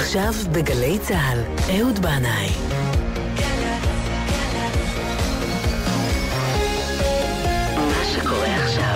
עכשיו בגלי צהל, אהוד בנאי. מה שקורה עכשיו.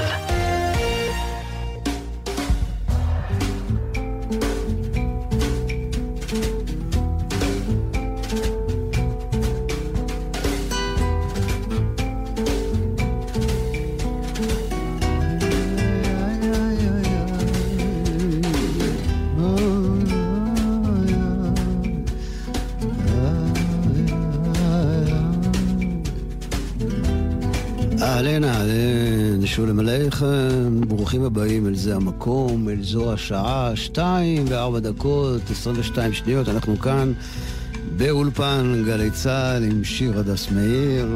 אהלן, שולם עליכם, ברוכים הבאים אל זה המקום, אל זו השעה, 2:04:22. אנחנו כאן באולפן גלי צהל עם שיר הדס מאיר.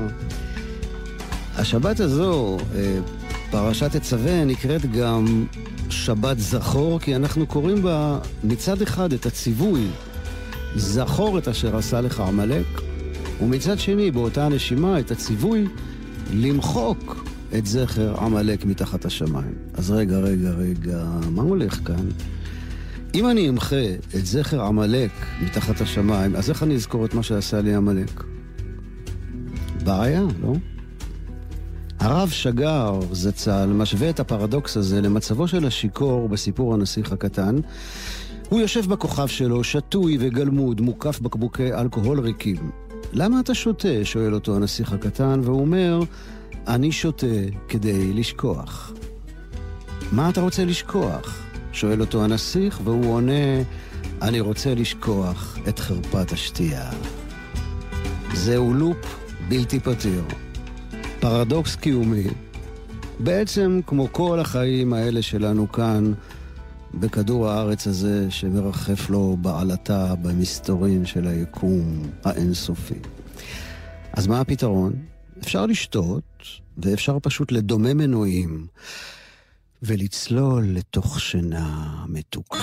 השבת הזו, פרשת תצווה, נקראת גם שבת זכור, כי אנחנו קוראים בה מצד אחד את הציווי, זכור את אשר עשה לך עמלק, ומצד שני באותה נשימה את הציווי למחוק את זכר עמלק מתחת השמיים. אז רגע, מה הולך כאן? אם אני אמחה את זכר עמלק מתחת השמיים, אז איך אני אזכור את מה שעשה לי עמלק? בעיה, לא? הרב שגר זצ"ל משווה את הפרדוקס הזה למצבו של השיכור בסיפור הנסיך הקטן. הוא יושב בכוכב שלו, שטוי וגלמוד, מוקף בקבוקי אלכוהול ריקים. למה אתה שותה? שואל אותו הנסיך הקטן, והוא אומר, אני שותה כדי לשכוח. מה אתה רוצה לשכוח? שואל אותו הנסיך, והוא עונה, אני רוצה לשכוח את חרפת השתייה. זהו לופ בלתי פתיר. פרדוקס קיומי. בעצם כמו כל החיים האלה שלנו כאן, בכדור הארץ הזה שמרחף לו בעלתה במסתורין של היקום האינסופי. אז מה הפתרון? אפשר לשתות, ואפשר פשוט לדומם מנועים, ולצלול לתוך שינה מתוקה.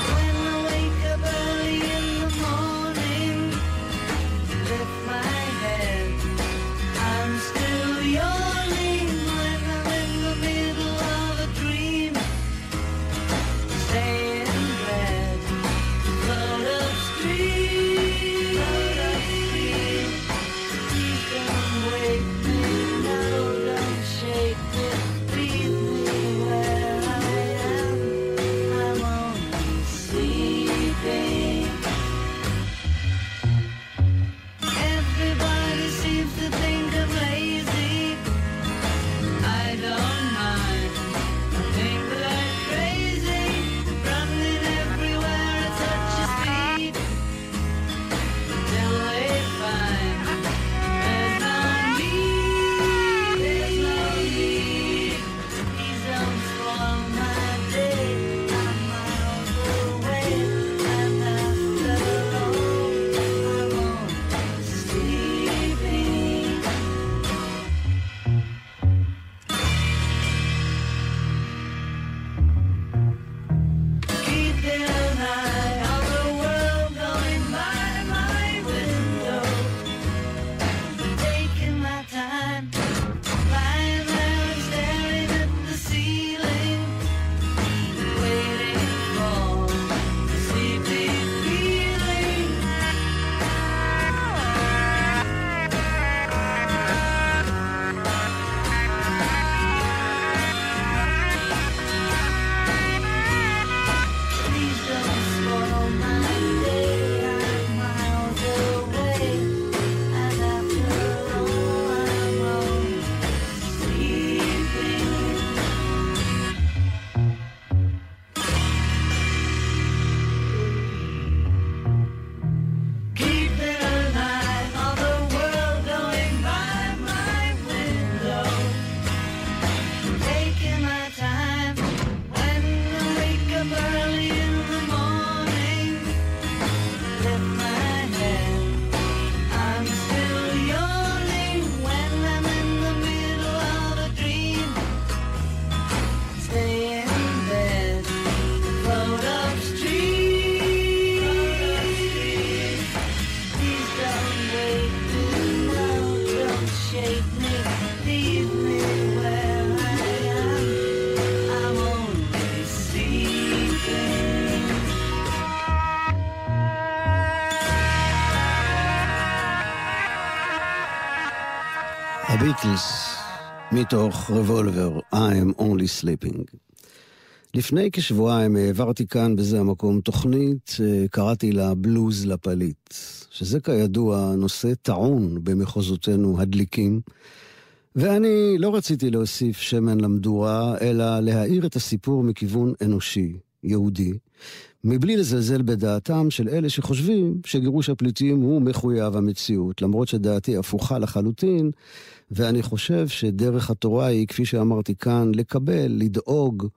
הביטלס, מתוך רבולבר, I'm only sleeping. לפני כשבועיים העברתי כאן בזה המקום תוכנית, קראתי לה בלוז לפליט, שזה כידוע נושא טעון במחוזותינו הדליקים, ואני לא רציתי להוסיף שמן למדורה, אלא להאיר את הסיפור מכיוון אנושי, יהודי, מבלי לזלזל בדעתם של אלה שחושבים שגירוש הפליטים הוא מחויב המציאות, למרות שדעתי הפוכה לחלוטין, ואני חושב שדרך התורה היא, כפי שאמרתי כאן, לקבל, לדאוג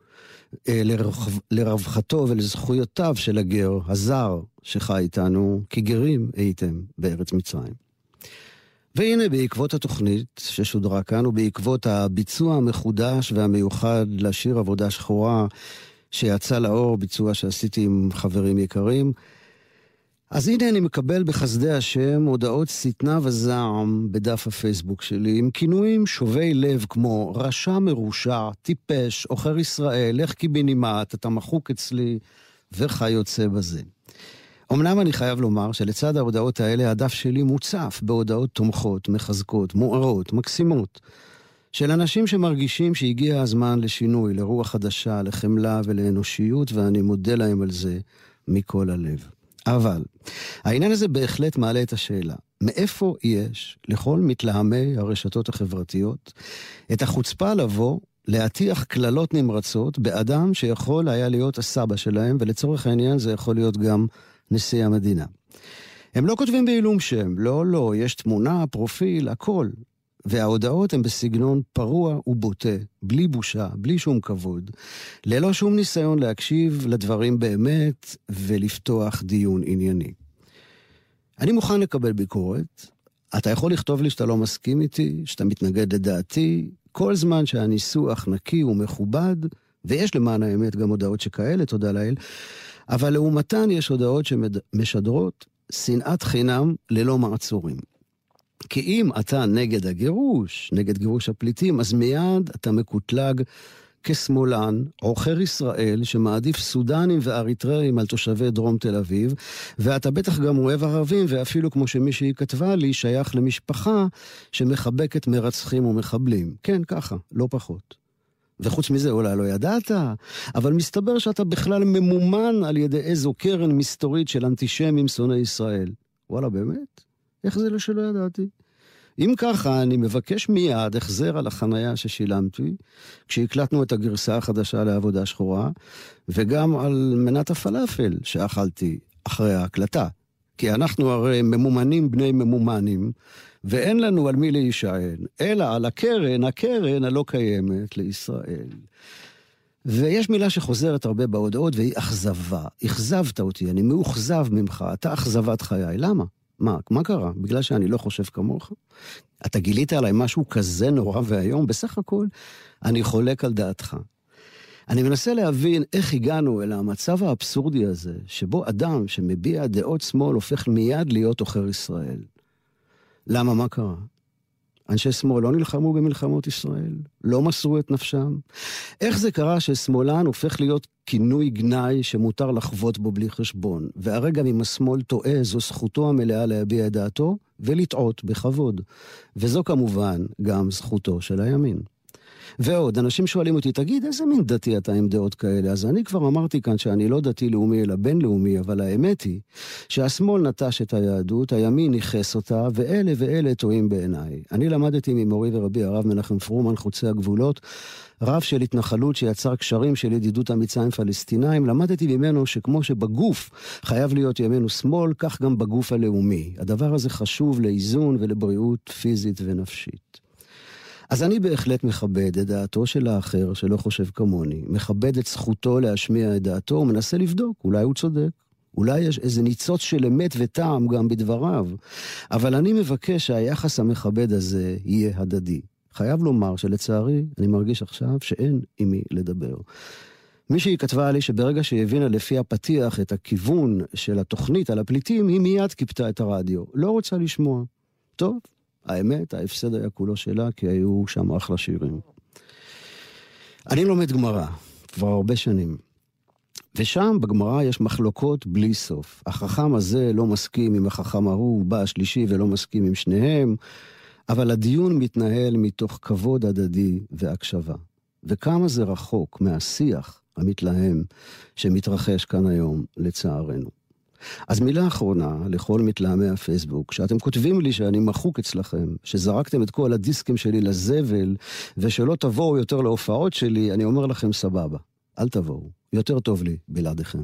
לרווחתו ולזכויותיו של הגר, הזר שחי איתנו, כי גרים הייתם בארץ מצרים. והנה בעקבות התוכנית ששודרה כאן, ובעקבות הביצוע המחודש והמיוחד לשיר עבודה שחורה, שיצא לאור, ביצוע שעשיתי עם חברים יקרים, אז הנה אני מקבל בחסדי השם הודעות סטנה וזעם בדף הפייסבוק שלי, עם כינויים שובי לב כמו רשע מרושע, טיפש, אוכר ישראל, לך קיבינימט, אתה מחוק אצלי, וכיוצא בזה. אמנם אני חייב לומר שלצד ההודעות האלה הדף שלי מוצף בהודעות תומכות, מחזקות, מוארות, מקסימות, של אנשים שמרגישים שהגיע הזמן לשינוי, לרוח חדשה, לחמלה ולאנושיות, ואני מודה להם על זה מכל הלב. אבל העניין הזה בהחלט מעלה את השאלה, מאיפה יש לכל מתלהמי הרשתות החברתיות את החוצפה לבוא, להטיח כללות נמרצות באדם שיכול היה להיות הסבא שלהם, ולצורך העניין זה יכול להיות גם נשיא המדינה. הם לא כותבים בעילום שם, לא, יש תמונה, פרופיל, הכל. וההודעות הן בסגנון פרוע ובוטה, בלי בושה, בלי שום כבוד, ללא שום ניסיון להקשיב לדברים באמת ולפתוח דיון ענייני. אני מוכן לקבל ביקורת, אתה יכול לכתוב לי שאתה לא מסכים איתי, שאתה מתנגד לדעתי, כל זמן שהניסוח נקי ומכובד, ויש למען האמת גם הודעות שכאלה, תודה לאל, אבל לעומתן יש הודעות שמשדרות שנאת חינם ללא מעצורים. כי אם אתה נגד הגירוש, נגד גירוש הפליטים, אז מיד אתה מקוטלג כשמאלן, עוכר ישראל, שמעדיף סודנים ואריתראים על תושבי דרום תל אביב, ואתה בטח גם אוהב ערבים, ואפילו כמו שמישהי כתבה לי, שייך למשפחה שמחבקת מרצחים ומחבלים. כן, ככה, לא פחות. וחוץ מזה אולי לא ידעת, אבל מסתבר שאתה בכלל ממומן על ידי איזו קרן מסתורית של אנטישמים שונאי ישראל. וואלה, באמת? איך זה שלא ידעתי? אם ככה, אני מבקש מיד החזר על החנייה ששילמתי, כשהקלטנו את הגרסה החדשה לעבודה שחורה, וגם על מנת הפלאפל שאכלתי אחרי ההקלטה. כי אנחנו הרי ממומנים בני ממומנים, ואין לנו על מי להישען, אלא על הקרן הלא קיימת לישראל. ויש מילה שחוזרת הרבה בהודעות, והיא אכזבה. אכזבת אותי, אני מאוכזב ממך, אתה אכזבת חיי. למה? מה קרה? בגלל שאני לא חושב כמוך? אתה גילית עליי משהו כזה נורא והיום? בסך הכל, אני חולק על דעתך. אני מנסה להבין איך הגענו אל המצב האבסורדי הזה, שבו אדם שמביע דעות שמאל הופך מיד להיות עוכר ישראל. למה? מה קרה? אנשי שמאל לא נלחמו במלחמות ישראל? לא מסרו את נפשם? איך זה קרה ששמאלן הופך להיות כינוי גנאי שמותר לחוות בו בלי חשבון? והרגע אם השמאל טועה, זו זכותו המלאה להביע את דעתו ולטעות בכבוד. וזו כמובן גם זכותו של הימין. ועוד, אנשים שואלים אותי, תגיד, איזה מין דתי אתה עם דעות כאלה? אז אני כבר אמרתי כאן שאני לא דתי לאומי אלא בינלאומי, אבל האמת היא שהשמאל נטש את היהדות, הימין ניחס אותה, ואלה טועים בעיניי. אני למדתי ממורי ורבי הרב מנחם פרומן חוצי הגבולות, רב של התנחלות שיצר קשרים של ידידות אמיצה עם פלסטינאים, למדתי ממנו שכמו שבגוף חייב להיות ימין ושמאל, כך גם בגוף הלאומי. הדבר הזה חשוב לאיזון ולבריאות פיזית ונפשית. אז אני בהחלט מכבד את דעתו של האחר שלא חושב כמוני, מכבד את זכותו להשמיע את דעתו ומנסה לבדוק, אולי הוא צודק, אולי יש איזה ניצוץ של אמת וטעם גם בדבריו, אבל אני מבקש שהיחס המכבד הזה יהיה הדדי. חייב לומר שלצערי אני מרגיש עכשיו שאין עם מי לדבר. מישהי כתבה לי שברגע שהבינה לפי הפתיח את הכיוון של התוכנית על הפליטים, היא מיד קיפתה את הרדיו, לא רוצה לשמוע. טוב. האמת, ההפסד היה כולו שלה, כי היו שם אחלה שירים. אני לומד גמרא, כבר הרבה שנים. ושם בגמרא יש מחלוקות בלי סוף. החכם הזה לא מסכים עם החכם ההוא, בא השלישי ולא מסכים עם שניהם. אבל הדיון מתנהל מתוך כבוד הדדי והקשבה. וכמה זה רחוק מהשיח המתלהם שמתרחש כאן היום, לצערנו. אז מילה אחרונה לכל מתלהמי הפייסבוק, שאתם כותבים לי שאני מחוק אצלכם, שזרקתם את כל הדיסקים שלי לזבל, ושלא תבואו יותר להופעות שלי, אני אומר לכם סבבה, אל תבואו, יותר טוב לי בלעדיכם.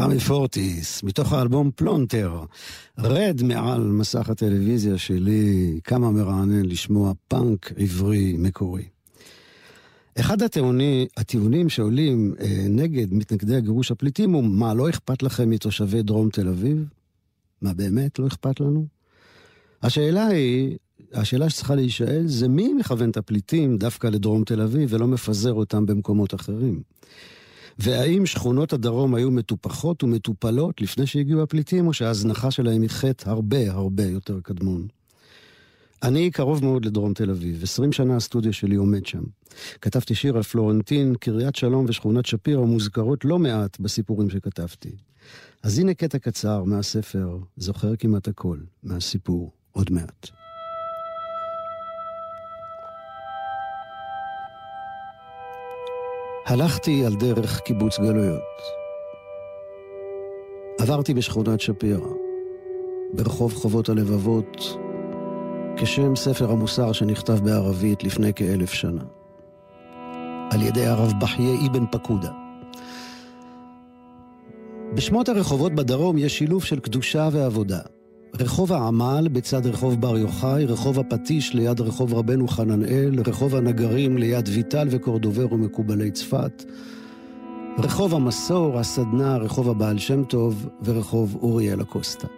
רמי פורטיס, מתוך האלבום פלונטר, רד מעל מסך הטלוויזיה שלי, כמה מרענן לשמוע פאנק עברי מקורי. אחד הטיעונים שעולים נגד מתנגדי הגירוש הפליטים הוא, מה, לא אכפת לכם מתושבי דרום תל אביב? מה, באמת לא אכפת לנו? השאלה שצריכה להישאל זה מי מכוון את הפליטים דווקא לדרום תל אביב ולא מפזר אותם במקומות אחרים? והאם שכונות הדרום היו מטופחות ומטופלות לפני שהגיעו הפליטים, או שההזנחה שלהם היא חטא הרבה הרבה יותר קדמון? אני קרוב מאוד לדרום תל אביב, 20 שנה הסטודיו שלי עומד שם. כתבתי שיר על פלורנטין, קריית שלום ושכונת שפירא מוזכרות לא מעט בסיפורים שכתבתי. אז הנה קטע קצר מהספר, זוכר כמעט הכל, מהסיפור עוד מעט. הלכתי על דרך קיבוץ גלויות. עברתי בשכונת שפירא, ברחוב חובות הלבבות, כשם ספר המוסר שנכתב בערבית לפני כ1000 שנה, על ידי הרב בחייה אבן פקודה. בשמות הרחובות בדרום יש שילוב של קדושה ועבודה. רחוב העמל בצד רחוב בר יוחאי, רחוב הפטיש ליד רחוב רבנו חננאל, רחוב הנגרים ליד ויטל וקורדובר ומקובלי צפת, רחוב המסור, הסדנה, רחוב הבעל שם טוב ורחוב אוריאל הקוסטה.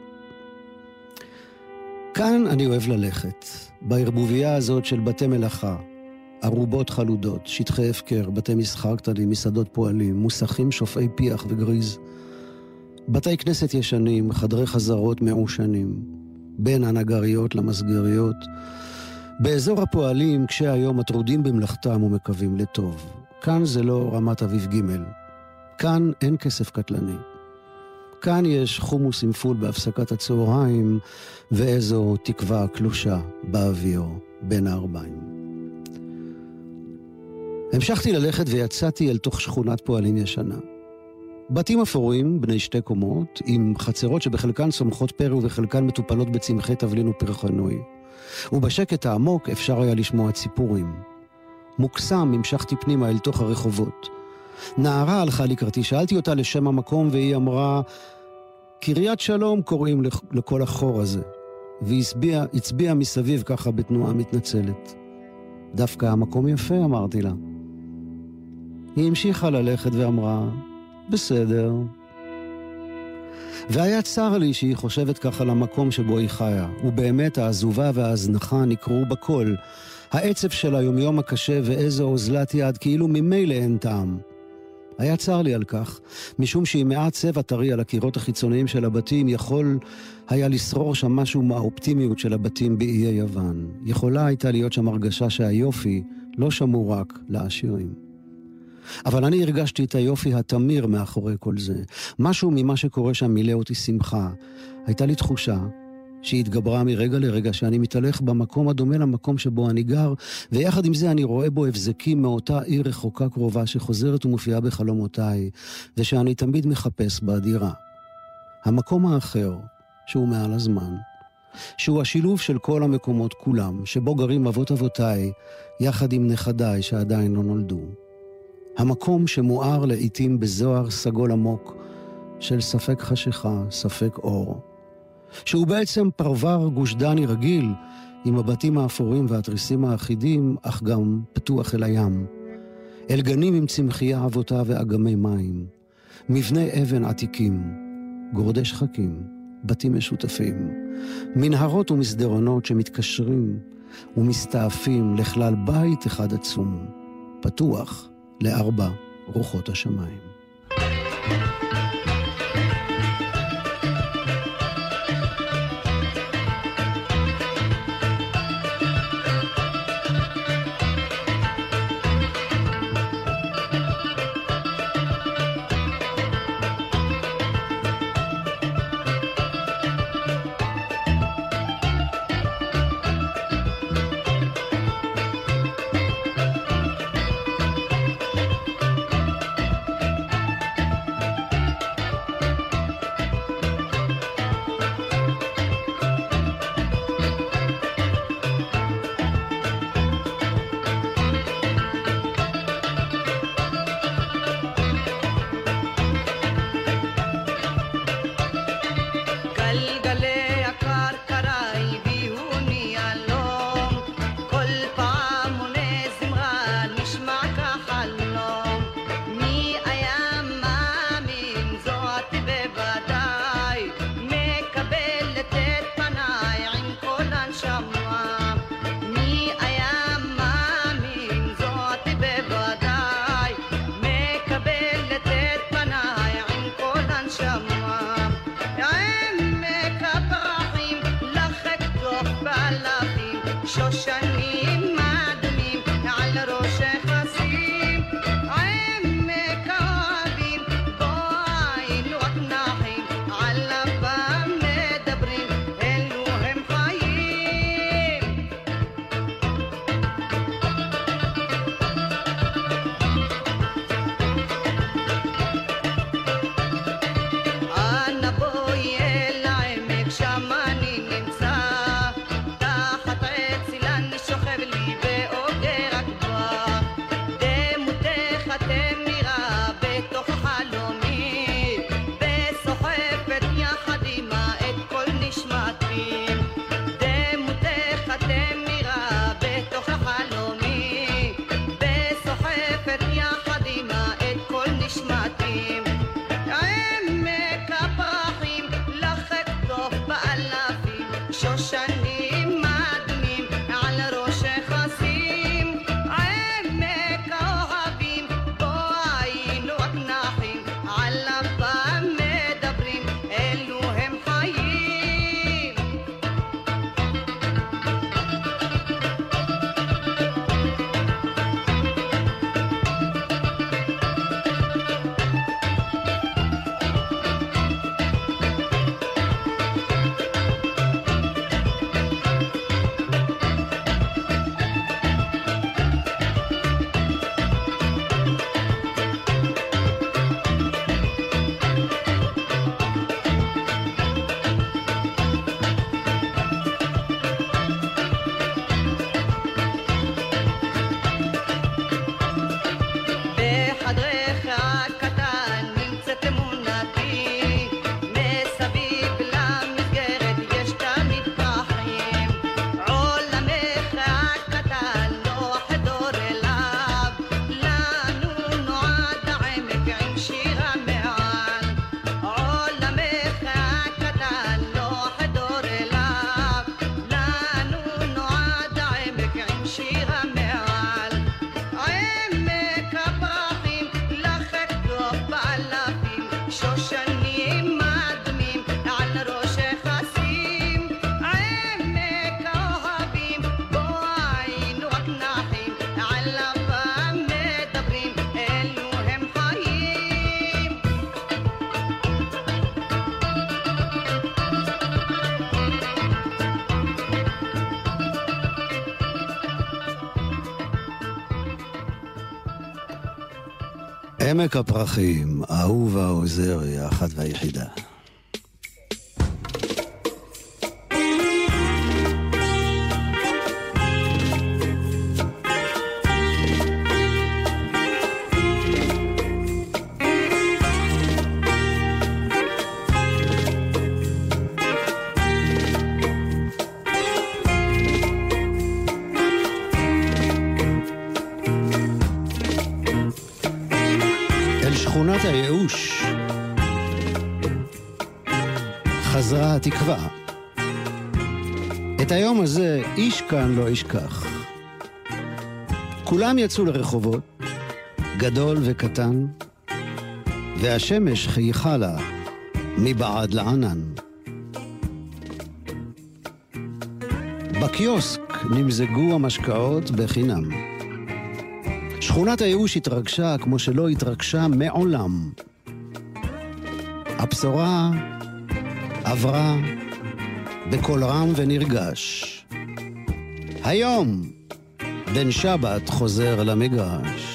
כאן אני אוהב ללכת, בערבוביה הזאת של בתי מלאכה, ערובות חלודות, שטחי הפקר, בתי מסחר קטנים, מסעדות פועלים, מוסכים שופעי פיח וגריז, בתי כנסת ישנים, חדרי חזרות מעושנים, בין הנגריות למסגריות, באזור הפועלים, כשהיום הטרודים במלאכתם ומקווים לטוב. כאן זה לא רמת אביב ג', כאן אין כסף קטלני. כאן יש חומוס עם פול בהפסקת הצהריים, ואיזו תקווה קלושה באוויר בין הארבעים. המשכתי ללכת ויצאתי אל תוך שכונת פועלים ישנה. בתים אפורים, בני 2 קומות, עם חצרות שבחלקן צומחות פרא ובחלקן מטופלות בצמחי תבלין ופרחנוי. ובשקט העמוק אפשר היה לשמוע ציפורים. מוקסם המשכתי פנימה אל תוך הרחובות. נערה הלכה לקראתי, שאלתי אותה לשם המקום והיא אמרה, קריית שלום קוראים לכל החור הזה. והיא הצביעה מסביב ככה בתנועה מתנצלת. דווקא המקום יפה, אמרתי לה. היא המשיכה ללכת ואמרה, בסדר. והיה צר לי שהיא חושבת ככה למקום שבו היא חיה, ובאמת העזובה וההזנחה נקראו בכל, העצב של היומיום הקשה ואיזו אוזלת יד, כאילו ממילא אין טעם. היה צר לי על כך, משום שהיא מעט צבע טרי על הקירות החיצוניים של הבתים, יכול היה לשרור שם משהו מהאופטימיות של הבתים באיי יוון. יכולה הייתה להיות שם הרגשה שהיופי לא שמור רק לעשירים. אבל אני הרגשתי את היופי התמיר מאחורי כל זה. משהו ממה שקורה שם מילא אותי שמחה. הייתה לי תחושה שהתגברה מרגע לרגע שאני מתהלך במקום הדומה למקום שבו אני גר, ויחד עם זה אני רואה בו הבזקים מאותה עיר רחוקה קרובה שחוזרת ומופיעה בחלומותיי, ושאני תמיד מחפש באדירה. המקום האחר, שהוא מעל הזמן, שהוא השילוב של כל המקומות כולם, שבו גרים אבות אבותיי, יחד עם נכדיי שעדיין לא נולדו. המקום שמואר לעתים בזוהר סגול עמוק של ספק חשיכה, ספק אור. שהוא בעצם פרבר גוש דני רגיל, עם הבתים האפורים והתריסים האחידים, אך גם פתוח אל הים. אל גנים עם צמחייה אבותה ואגמי מים. מבני אבן עתיקים, גורדי שחקים, בתים משותפים. מנהרות ומסדרונות שמתקשרים ומסתעפים לכלל בית אחד עצום, פתוח ל4 רוחות השמיים. שושנים מדהימים על ראשך עשים עמק אוהבים בו היינו רק נחים עליו מדברים אלו הם חיים עמק הפרחים, אהובה עוזרי, האחת והיחידה. שכונת הייאוש חזרה התקווה. את היום הזה איש כאן לא ישכח. כולם יצאו לרחובות, גדול וקטן, והשמש חייכה לה מבעד לענן. בקיוסק נמזגו המשקאות בחינם. שכונת הייאוש התרגשה כמו שלא התרגשה מעולם. הבשורה עברה בקול רם ונרגש. היום בן שבת חוזר למגרש.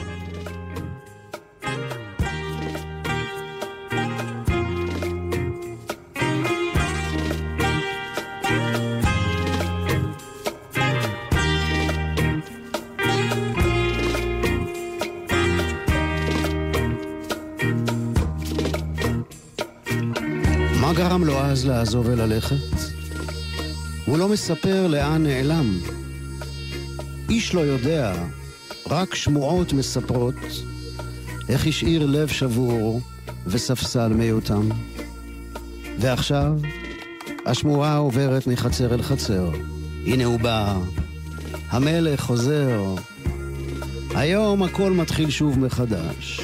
מה גרם לו אז לעזוב וללכת? הוא לא מספר לאן נעלם. איש לא יודע, רק שמועות מספרות איך השאיר לב שבור וספסל מיותם. ועכשיו השמועה עוברת מחצר אל חצר. הנה הוא בא, המלך חוזר. היום הכל מתחיל שוב מחדש.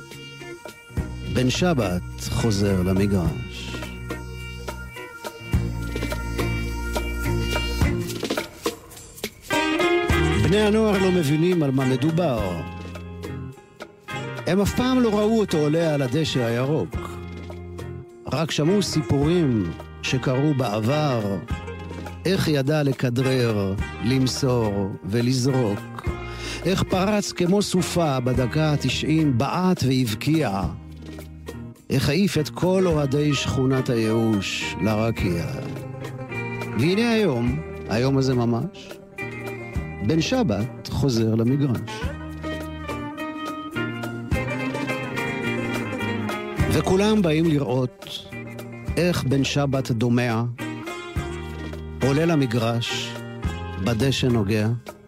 בן שבת חוזר למגרש. בני הנוער לא מבינים על מה מדובר. הם אף פעם לא ראו אותו עולה על הדשא הירוק. רק שמעו סיפורים שקרו בעבר, איך ידע לכדרר, למסור ולזרוק. איך פרץ כמו סופה בדקה ה-90, בעט והבקיע. איך העיף את כל אוהדי שכונת הייאוש לרקיע. והנה היום הזה ממש, בן שבת חוזר למגרש. וכולם באים לראות איך בן שבת דומע, עולה למגרש, בדשא נוגע.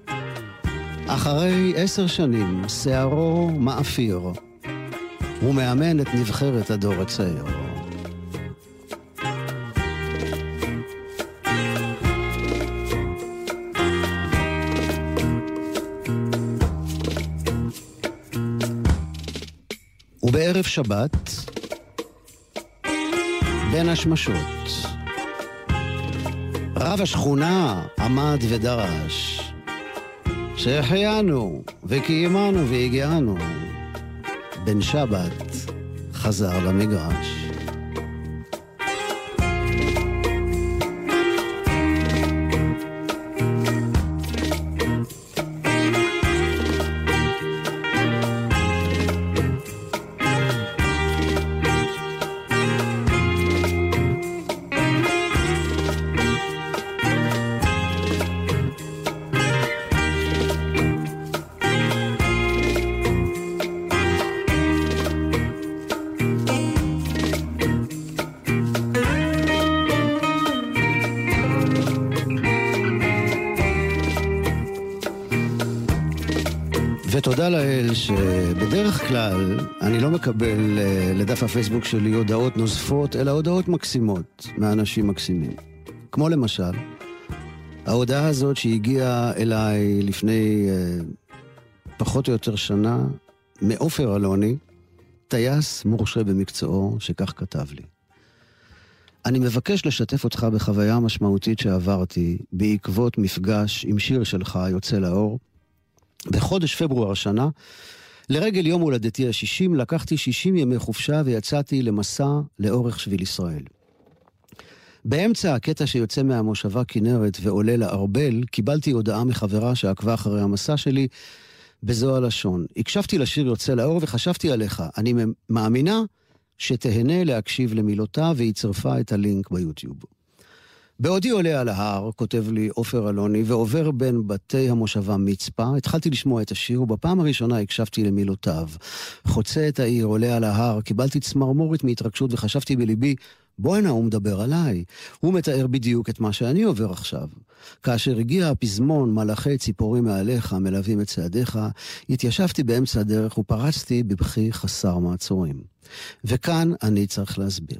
אחרי 10 שנים, שערו מאפיר. הוא מאמן את נבחרת הדור הצעיר. ערב שבת, בין השמשות, רב השכונה עמד ודרש, שהחיינו וקיימנו והגיענו, בן שבת חזר למגרש. ותודה לאל שבדרך כלל אני לא מקבל לדף הפייסבוק שלי הודעות נוספות, אלא הודעות מקסימות מאנשים מקסימים. כמו למשל, ההודעה הזאת שהגיעה אליי לפני פחות או יותר שנה, מאופר אלוני, טייס מורשה במקצועו, שכך כתב לי. אני מבקש לשתף אותך בחוויה המשמעותית שעברתי בעקבות מפגש עם שיר שלך יוצא לאור. בחודש פברואר השנה, לרגל יום הולדתי ה-60, לקחתי 60 ימי חופשה ויצאתי למסע לאורך שביל ישראל. באמצע הקטע שיוצא מהמושבה כנרת ועולה לארבל, קיבלתי הודעה מחברה שעקבה אחרי המסע שלי בזו הלשון. הקשבתי לשיר יוצא לאור וחשבתי עליך. אני מאמינה שתהנה להקשיב למילותיו, והיא צרפה את הלינק ביוטיוב. בעודי עולה על ההר, כותב לי אופר אלוני, ועובר בין בתי המושבה מצפה, התחלתי לשמוע את השיר, ובפעם הראשונה הקשבתי למילותיו. חוצה את העיר, עולה על ההר, קיבלתי צמרמורת מהתרגשות, וחשבתי בליבי, בואנה, הוא מדבר עליי. הוא מתאר בדיוק את מה שאני עובר עכשיו. כאשר הגיע הפזמון, מלאכי ציפורים מעליך, מלווים את צעדיך, התיישבתי באמצע הדרך, ופרצתי בבכי חסר מעצורים. וכאן אני צריך להסביר.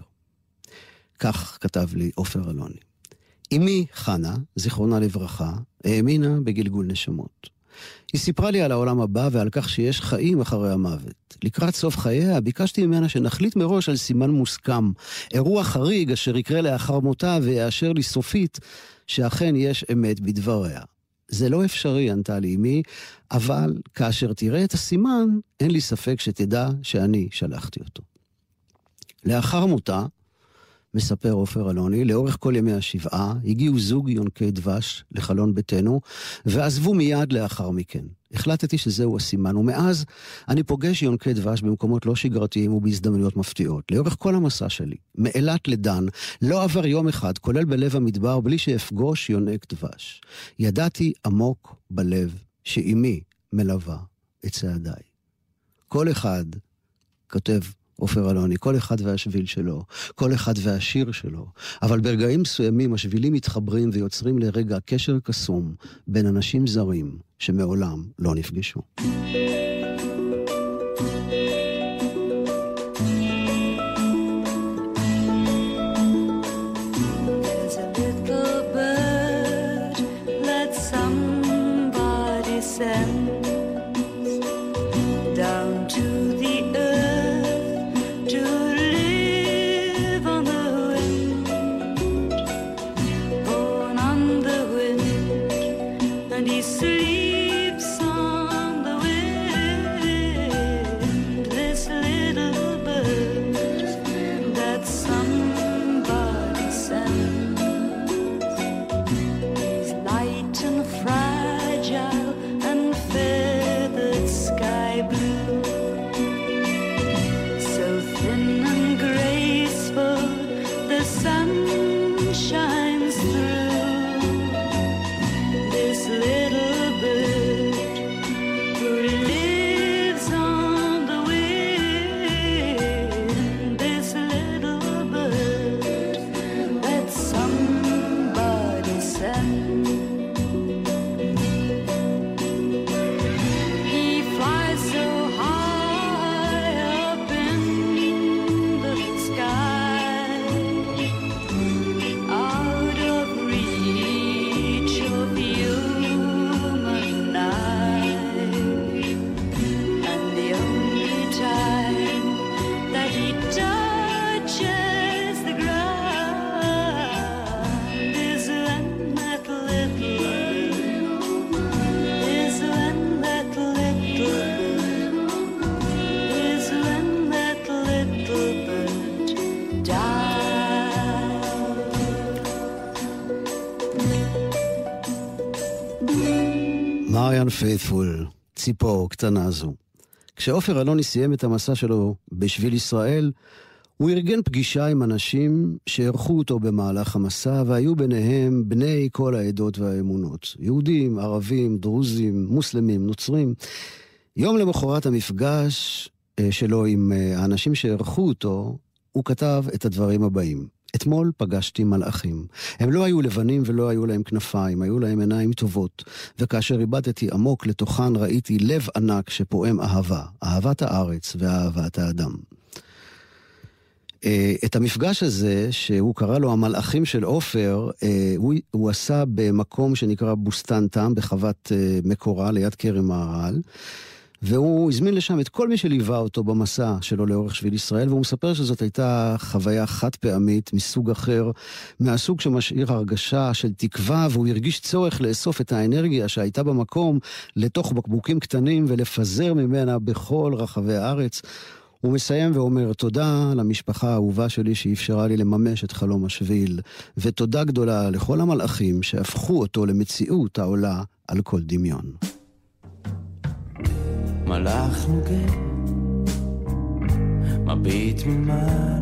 כך כתב לי אופר אלוני. אמי חנה, זיכרונה לברכה, האמינה בגלגול נשמות. היא סיפרה לי על העולם הבא ועל כך שיש חיים אחרי המוות. לקראת סוף חייה ביקשתי ממנה שנחליט מראש על סימן מוסכם, אירוע חריג אשר יקרה לאחר מותה ויאשר לי סופית שאכן יש אמת בדבריה. זה לא אפשרי, ענתה לי אמי, אבל כאשר תראה את הסימן, אין לי ספק שתדע שאני שלחתי אותו. לאחר מותה, מספר אופר אלוני, לאורך כל ימי השבעה, הגיעו זוג יונקי דבש לחלון ביתנו, ועזבו מיד לאחר מכן. החלטתי שזהו הסימן, ומאז אני פוגש יונקי דבש במקומות לא שגרתיים ובהזדמנויות מפתיעות. לאורך כל המסע שלי, מאילת לדן, לא עבר יום אחד, כולל בלב המדבר, בלי שאפגוש יונק דבש. ידעתי עמוק בלב שאימי מלווה את צעדיי. כל אחד, כותב אופר אלוני, כל אחד והשביל שלו, כל אחד והשיר שלו, אבל ברגעים מסוימים השבילים מתחברים ויוצרים לרגע קשר קסום בין אנשים זרים שמעולם לא נפגשו. Sleeps on the wind. מריאן פייתפול, ציפור קטנה זו. כשעופר אלוני סיים את המסע שלו בשביל ישראל, הוא ארגן פגישה עם אנשים שערכו אותו במהלך המסע, והיו ביניהם בני כל העדות והאמונות. יהודים, ערבים, דרוזים, מוסלמים, נוצרים. יום למחרת המפגש שלו עם האנשים שערכו אותו, הוא כתב את הדברים הבאים. אתמול פגשתי מלאכים. הם לא היו לבנים ולא היו להם כנפיים, היו להם עיניים טובות, וכאשר איבדתי עמוק לתוכן ראיתי לב ענק שפועם אהבה, אהבת הארץ ואהבת האדם. את המפגש הזה, שהוא קרא לו המלאכים של עופר, הוא עשה במקום שנקרא בוסטן טעם, בחוות מקורה ליד כרם מהר"ל, והוא הזמין לשם את כל מי שליווה אותו במסע שלו לאורך שביל ישראל, והוא מספר שזאת הייתה חוויה חד פעמית מסוג אחר, מהסוג שמשאיר הרגשה של תקווה, והוא הרגיש צורך לאסוף את האנרגיה שהייתה במקום לתוך בקבוקים קטנים ולפזר ממנה בכל רחבי הארץ. הוא מסיים ואומר, תודה למשפחה האהובה שלי שאפשרה לי לממש את חלום השביל, ותודה גדולה לכל המלאכים שהפכו אותו למציאות העולה על כל דמיון. מלאך נוגע, מביט ממעלה,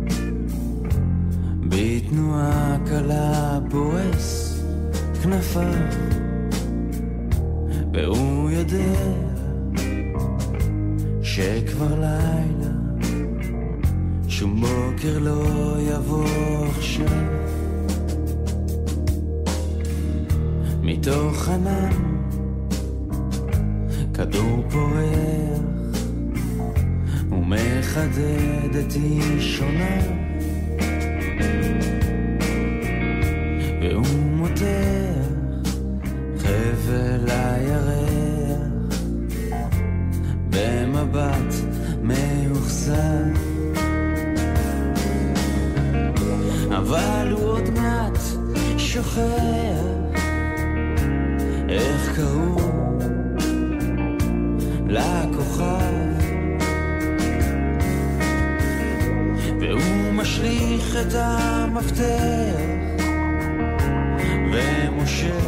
בתנועה קלה פורס כנפיו, והוא יודע שכבר לילה, שום בוקר לא יבוא עכשיו. מתוך ענן כדור פורח ומחדד את אישונה, והוא מותח חבל הירח במבט מאוחזר, אבל הוא עוד מעט שוכח איך קראו לכוכב, והוא משליך את המפתח ומושך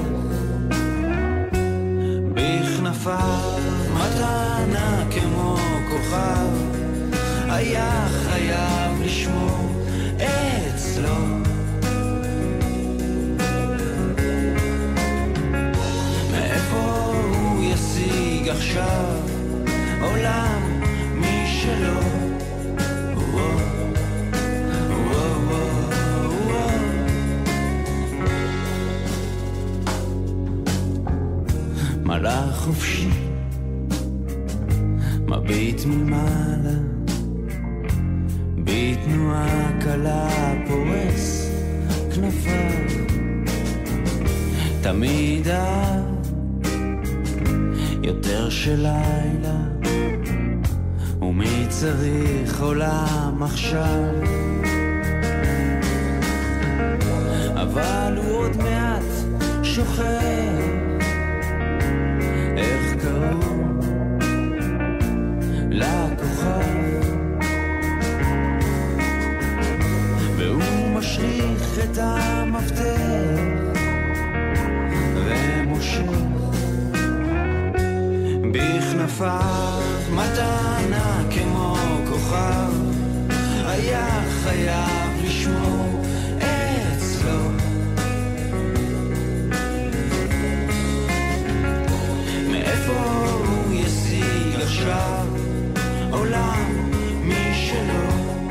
בכנפיו מתנה כמו כוכב, היה חייב לשמור אצלו. מאיפה הוא ישיג עכשיו עולם משלו? מלאך חופשי מביט מלמעלה, בתנועה קלה פורס כנפיו, תמיד יותר של לילה, ומי צריך עולם עכשיו? אבל הוא עוד מעט שוכח איך קראו לכוכב, והוא משליך את המפתח ומושך בכנפיו מתנה כמו כוכב, היה חייב לשמור אצלו. מאיפה הוא ישיג עכשיו עולם משלו?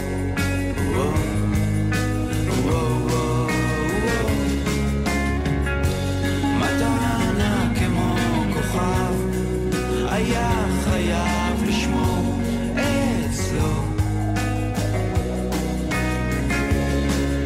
מתנה כמו כוכב, היה חייב לשמור אצלו.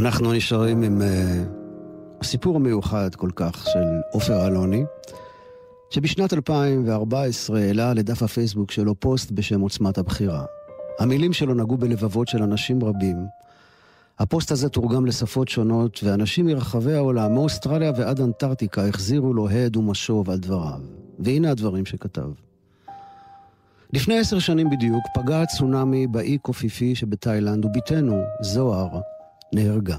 אנחנו נשארים עם הסיפור המיוחד כל כך של עופר אלוני, שבשנת 2014 העלה לדף הפייסבוק שלו פוסט בשם עוצמת הבחירה. המילים שלו נגעו בלבבות של אנשים רבים. הפוסט הזה תורגם לשפות שונות, ואנשים מרחבי העולם, מאוסטרליה ועד אנטארקטיקה, החזירו לו הד ומשוב על דבריו. והנה הדברים שכתב. לפני 10 שנים בדיוק פגע הצונאמי באי קופיפי שבתאילנד, וביתנו, זוהר, נהרגה.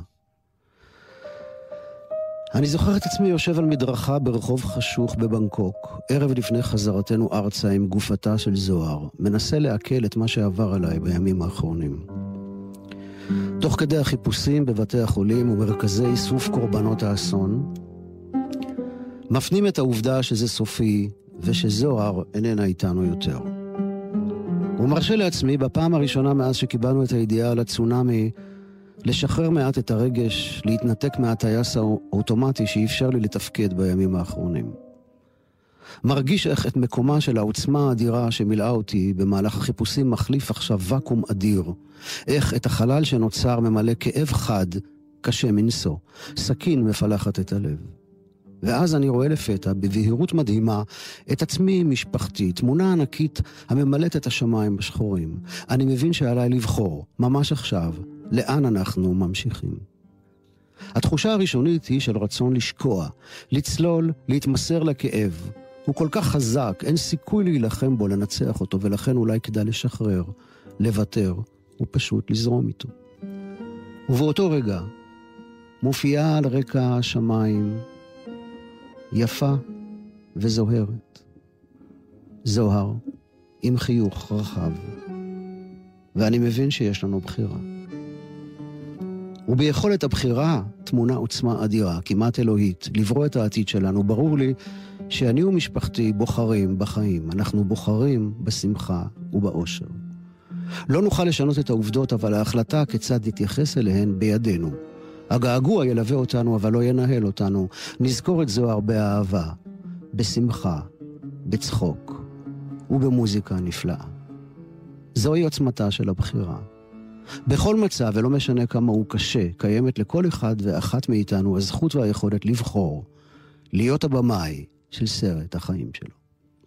אני זוכר את עצמי יושב על מדרכה ברחוב חשוך בבנקוק, ערב לפני חזרתנו ארצה עם גופתה של זוהר, מנסה לעכל את מה שעבר עליי בימים האחרונים. תוך כדי החיפושים בבתי החולים ומרכזי איסוף קורבנות האסון, מפנים את העובדה שזה סופי ושזוהר איננה איתנו יותר. ומרשה לעצמי בפעם הראשונה מאז שקיבלנו את הידיעה על הצונאמי, לשחרר מעט את הרגש, להתנתק מהטייס האוטומטי שאפשר לי לתפקד בימים האחרונים. מרגיש איך את מקומה של העוצמה האדירה שמילאה אותי במהלך החיפושים מחליף עכשיו וקום אדיר. איך את החלל שנוצר ממלא כאב חד, קשה מנשוא, סכין מפלחת את הלב. ואז אני רואה לפתע, בבהירות מדהימה, את עצמי משפחתי, תמונה ענקית הממלאת את השמיים בשחורים. אני מבין שעליי לבחור, ממש עכשיו, לאן אנחנו ממשיכים. התחושה הראשונית היא של רצון לשקוע, לצלול, להתמסר לכאב. הוא כל כך חזק, אין סיכוי להילחם בו, לנצח אותו, ולכן אולי כדאי לשחרר, לוותר, ופשוט לזרום איתו. ובאותו רגע, מופיעה על רקע השמיים, יפה וזוהרת. זוהר עם חיוך רחב. ואני מבין שיש לנו בחירה. וביכולת הבחירה תמונה עוצמה אדירה, כמעט אלוהית, לברוא את העתיד שלנו. ברור לי שאני ומשפחתי בוחרים בחיים. אנחנו בוחרים בשמחה ובאושר. לא נוכל לשנות את העובדות, אבל ההחלטה כיצד נתייחס אליהן בידינו. הגעגוע ילווה אותנו, אבל לא ינהל אותנו. נזכור את זוהר באהבה, בשמחה, בצחוק ובמוזיקה נפלאה. זוהי עוצמתה של הבחירה. בכל מצב, ולא משנה כמה הוא קשה, קיימת לכל אחד ואחת מאיתנו הזכות והיכולת לבחור, להיות הבמאי של סרט החיים שלו.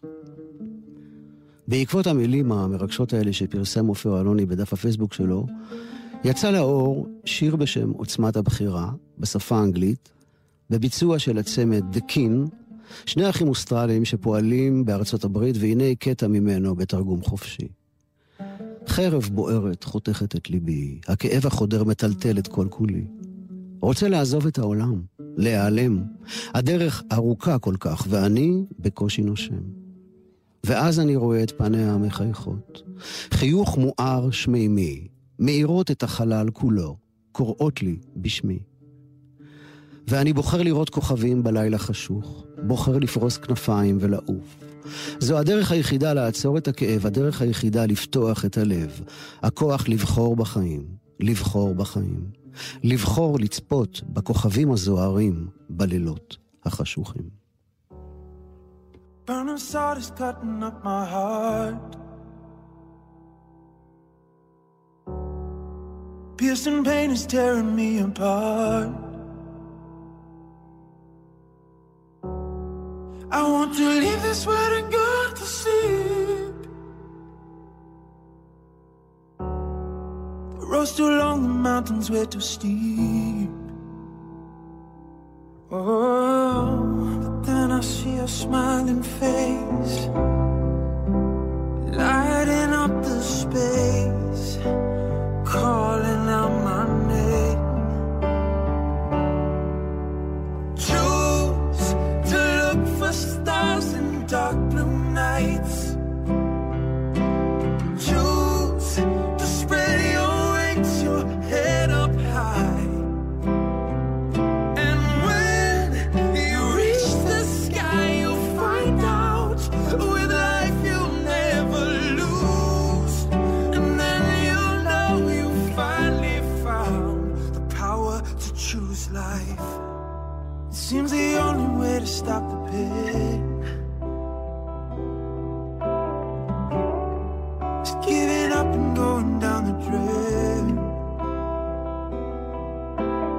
בעקבות המילים המרגשות האלה שפרסם עופר אלוני בדף הפייסבוק שלו, יצא לאור שיר בשם עוצמת הבחירה, בשפה האנגלית, בביצוע של הצמד The King, שני אחים אוסטרליים שפועלים בארצות הברית, והנה קטע ממנו בתרגום חופשי. חרב בוערת חותכת את ליבי, הכאב החודר מטלטל את כל כולי. רוצה לעזוב את העולם, להיעלם. הדרך ארוכה כל כך, ואני בקושי נושם. ואז אני רואה את פניה המחייכות. חיוך מואר שמימי, מאירות את החלל כולו, קוראות לי בשמי. ואני בוחר לראות כוכבים בלילה חשוך, בוחר לפרוס כנפיים ולעוף. זו הדרך היחידה לעצור את הכאב, הדרך היחידה לפתוח את הלב, הכוח לבחור בחיים, לבחור בחיים, לבחור לצפות בכוכבים הזוהרים בלילות החשוכים. Burning salt is cutting up my heart. Piercing pain is tearing me apart. I want to leave this world and go to sleep. The road's too long, the mountains way too steep. Oh, but then I see your smiling face, lighting up the space, calling out my name. Choose to look for stars in dark blue nights. Choose to spread your wings, your head up high. And when you reach the sky, you'll find out with life you'll never lose. And then you'll know you finally found the power to choose life. It seems the only way to stop the pain is giving up and going down the drain.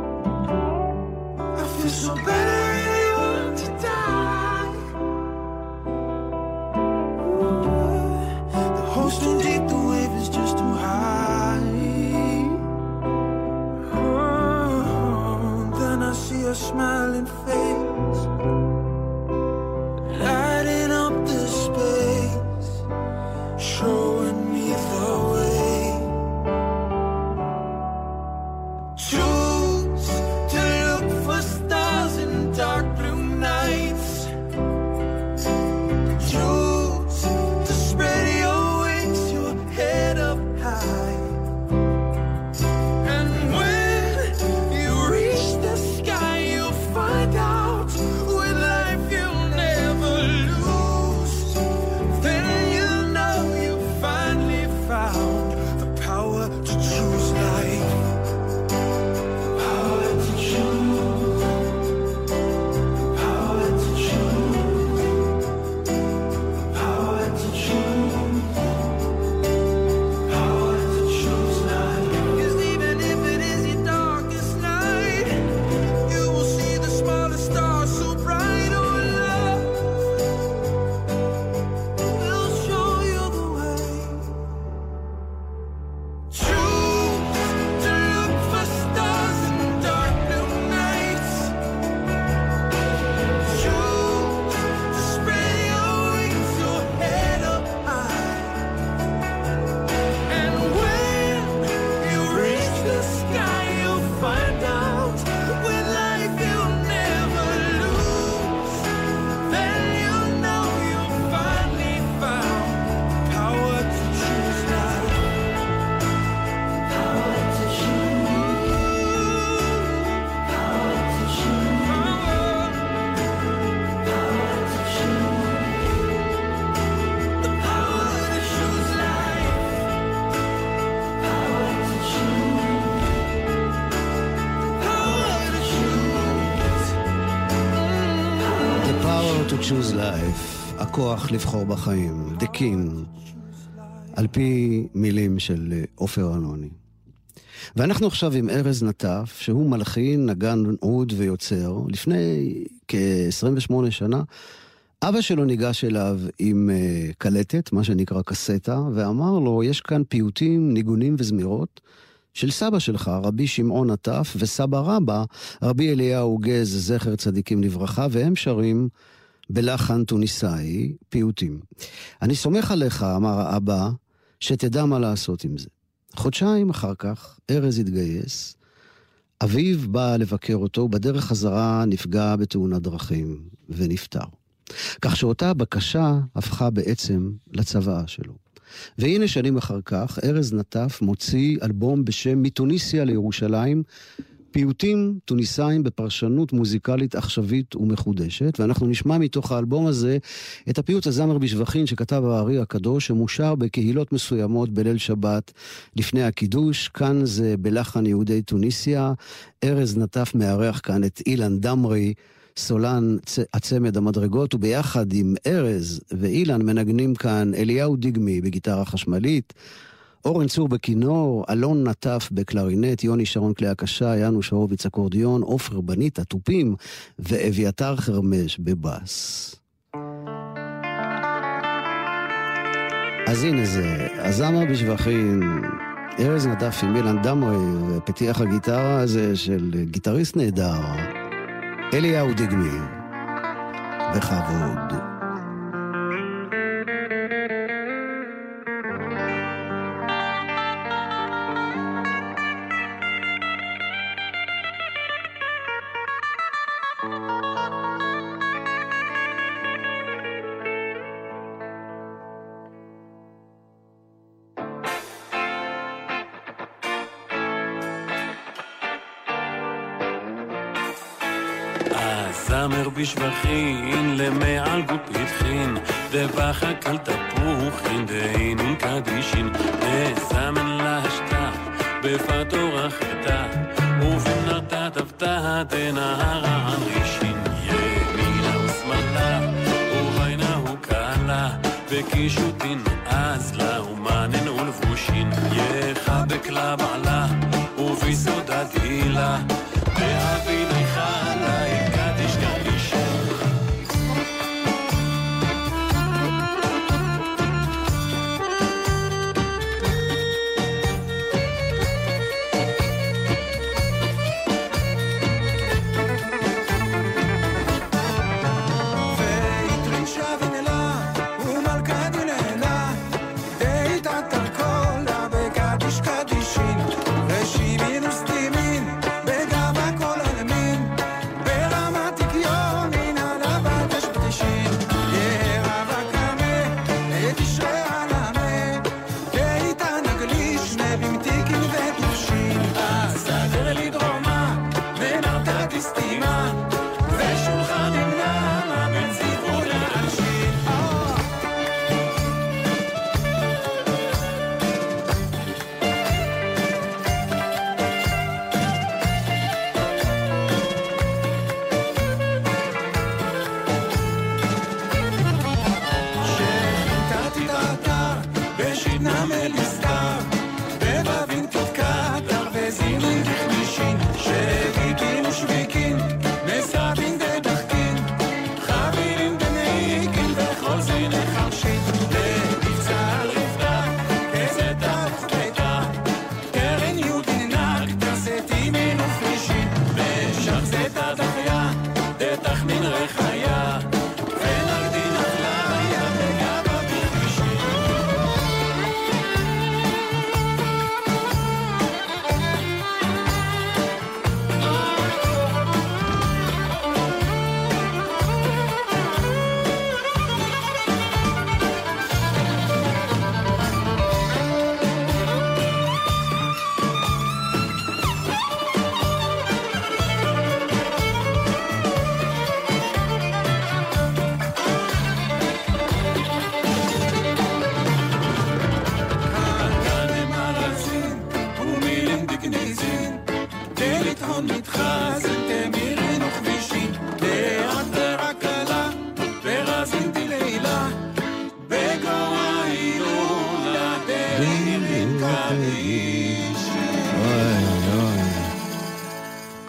to choose life, הכוח לבחור בחיים, The King, על פי מילים של עופר אלוני. ואנחנו עכשיו עם ארז נטף, שהוא מלחין, נגן עוד ויוצר. לפני כ-28 שנה, אבא שלו ניגש אליו עם קלטת, מה שנקרא קסטה, ואמר לו, יש כאן פיוטים, ניגונים וזמירות, של סבא שלך, רבי שמעון נטף, וסבא רבא, רבי אליהו גז, זכר צדיקים לברכה, והם שרים בלחן טוניסאי, פיוטים. אני סומך עליך, אמר האבא, שתדע מה לעשות עם זה. חודשיים אחר כך, ארז התגייס, אביו בא לבקר אותו, בדרך חזרה נפגע בתאונת דרכים, ונפטר. כך שאותה בקשה הפכה בעצם לצוואה שלו. והנה שנים אחר כך, ארז נטף מוציא אלבום בשם מתוניסיה לירושלים, פיוטים טוניסאים בפרשנות מוזיקלית עכשווית ומחודשת, ואנחנו נשמע מתוך האלבום הזה את הפיוט הזמר בשבחין שכתב הארי הקדוש, שמושר בקהילות מסוימות בליל שבת לפני הקידוש. כאן זה בלחן יהודי טוניסיה. ארז נטף מארח כאן את אילן דמרי, סולן הצמד המדרגות, וביחד עם ארז ואילן מנגנים כאן אליהו דיגמי בגיטרה חשמלית, אורן צור בכינור, אלון נטף בקלרינט, יוני שרון כלי הקשה, יאנוש הורוביץ אקורדיון, עופר בנית התופים ואביתר חרמש בבאס. אז הנה זה, הזמר בשבחים, ארז נטף עם אילן דמרי, ופתיח הגיטרה הזה של גיטריסט נהדר, אליהו דיגמי, בכבוד. זמר בשבחין למעל גוד פתחין דבחק על תפוחין דהינין קדישין דזמן להשתה בפתו רחתה ובנרתה תפתה דנהרה הנרישין ימינה ושמאלה ובינה הוא קלה וקישוטין אז לה ומנן ולבושין יחבק לה בעלה וביסודה דילה ואבי ניחלה יקדיש קדישין Regimin uslimin, begava kol alemin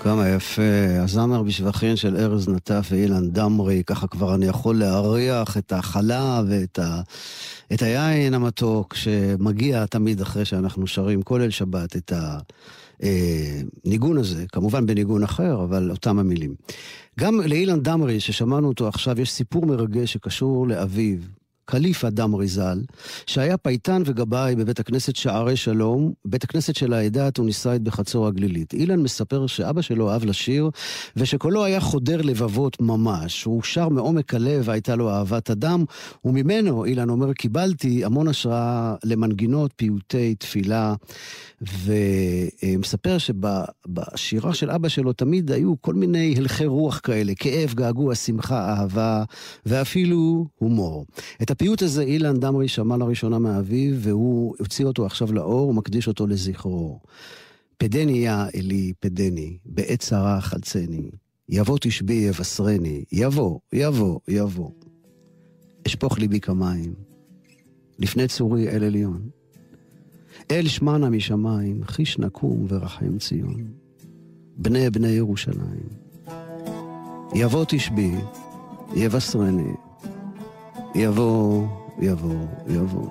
כמה יפה, הזמר בשבחין של ארז נטף ואילן דמרי, ככה כבר אני יכול להריח את החלה את היין המתוק שמגיע תמיד אחרי שאנחנו שרים כל ליל שבת את הניגון הזה, כמובן בניגון אחר, אבל אותם המילים. גם לאילן דמרי ששמענו אותו עכשיו יש סיפור מרגש שקשור לאביו, קליפה דמרי ז"ל, שהיה פייטן וגבאי בבית הכנסת שערי שלום, בית הכנסת של העדה התוניסאית בחצור הגלילית. אילן מספר שאבא שלו אהב לשיר, ושקולו היה חודר לבבות ממש. הוא שר מעומק הלב, הייתה לו אהבת אדם, וממנו, אילן אומר, קיבלתי המון השראה למנגינות, פיוטי, תפילה, ומספר שבשירה של אבא שלו תמיד היו כל מיני הלכי רוח כאלה, כאב, געגוע, שמחה, אהבה, ואפילו הומור. את הפיוט הזה אילן דמרי שמע לראשונה מאביו, והוא הוציא אותו עכשיו לאור, ומקדיש אותו לזכרו. פדני יא אלי פדני, בעת צרה חלצני, יבוא תשבי יבשרני, יבוא, יבוא, יבוא. אשפוך ליבי כמים, לפני צורי אל עליון. אל שמנה משמיים, חיש נקום ורחם ציון. בני בני ירושלים. יבוא תשבי, יבשרני, יבוא, יבוא, יבוא.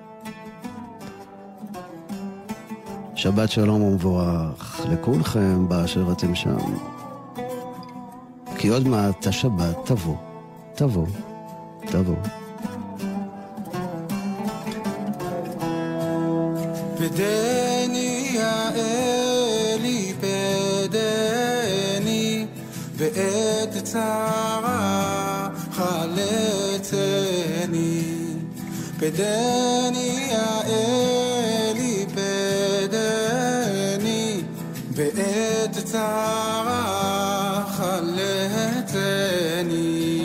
שבת שלום ומבורך לכולכם באשר אתם שם. כי עוד מעט השבת תבוא, תבוא, תבוא. פדני יא אלי פדני בעת צרה חלצני פדני יא אלי פדני בעת צרה חלצני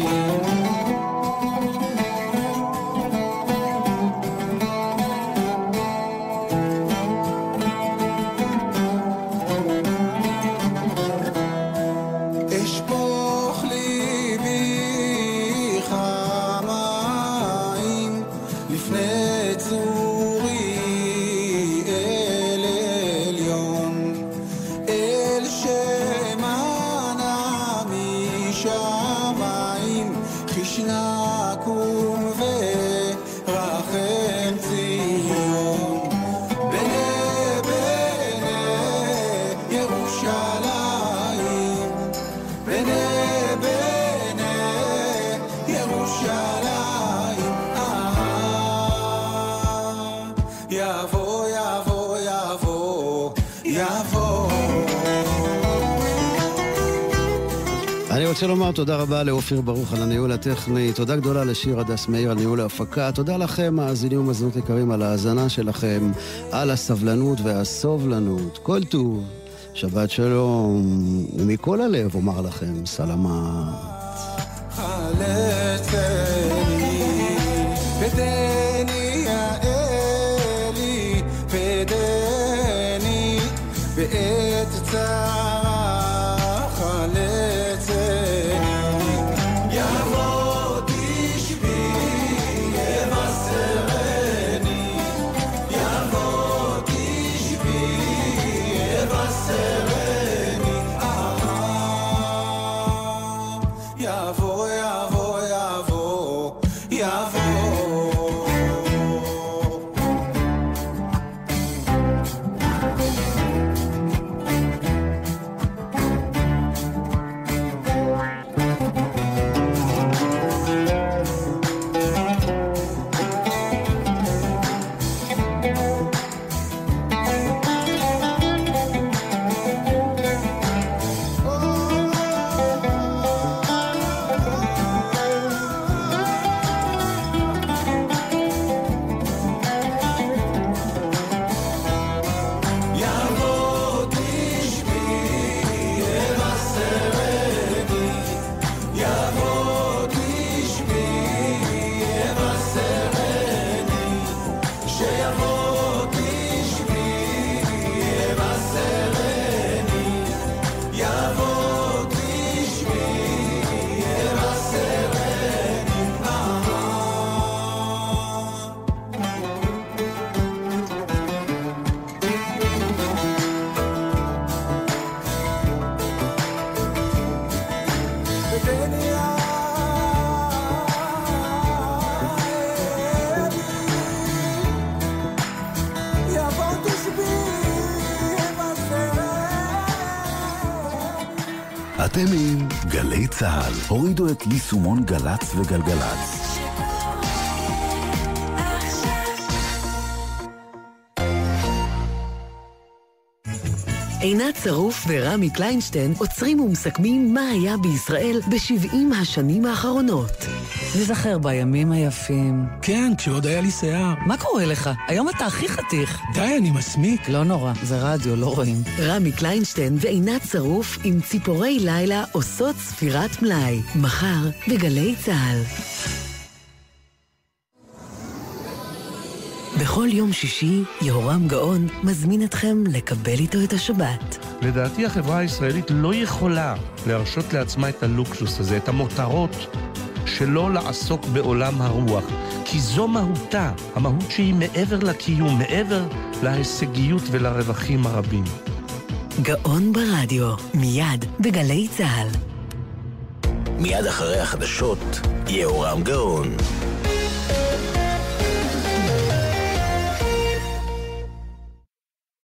אני רוצה לומר תודה רבה לאופיר ברוך על הניהול הטכני, תודה גדולה לשיר הדס מאיר על ניהול ההפקה, תודה לכם מאזינים ומאזינות יקרים על ההאזנה שלכם, על הסבלנות והסובלנות, כל טוב, שבת שלום, ומכל הלב אומר לכם סלמת. פדני יא אלי פדני בעת צרה יבוא, יבוא, אתם עם גלי צהל. הורידו את יישומון גלץ וגלגלץ. עינת שרוף ורמי קליינשטיין עוצרים ומסכמים מה היה בישראל ב-70 השנים האחרונות. נזכר בימים היפים. כן, כשעוד היה לי שיער. מה קורה לך? היום אתה הכי חתיך. די, אני מסמיק. לא נורא, זה רדיו, לא רואים. רמי קליינשטיין ועינת שרוף עם ציפורי לילה עושות ספירת מלאי. מחר בגלי צהל. בכל יום שישי, יהורם גאון מזמין אתכם לקבל איתו את השבת. לדעתי החברה הישראלית לא יכולה להרשות לעצמה את הלוקסוס הזה, את המותרות שלא לעסוק בעולם הרוח. כי זו מהותה, המהות שהיא מעבר לקיום, מעבר להישגיות ולרווחים הרבים. גאון ברדיו, מיד בגלי צהל. מיד אחרי החדשות, יהורם גאון.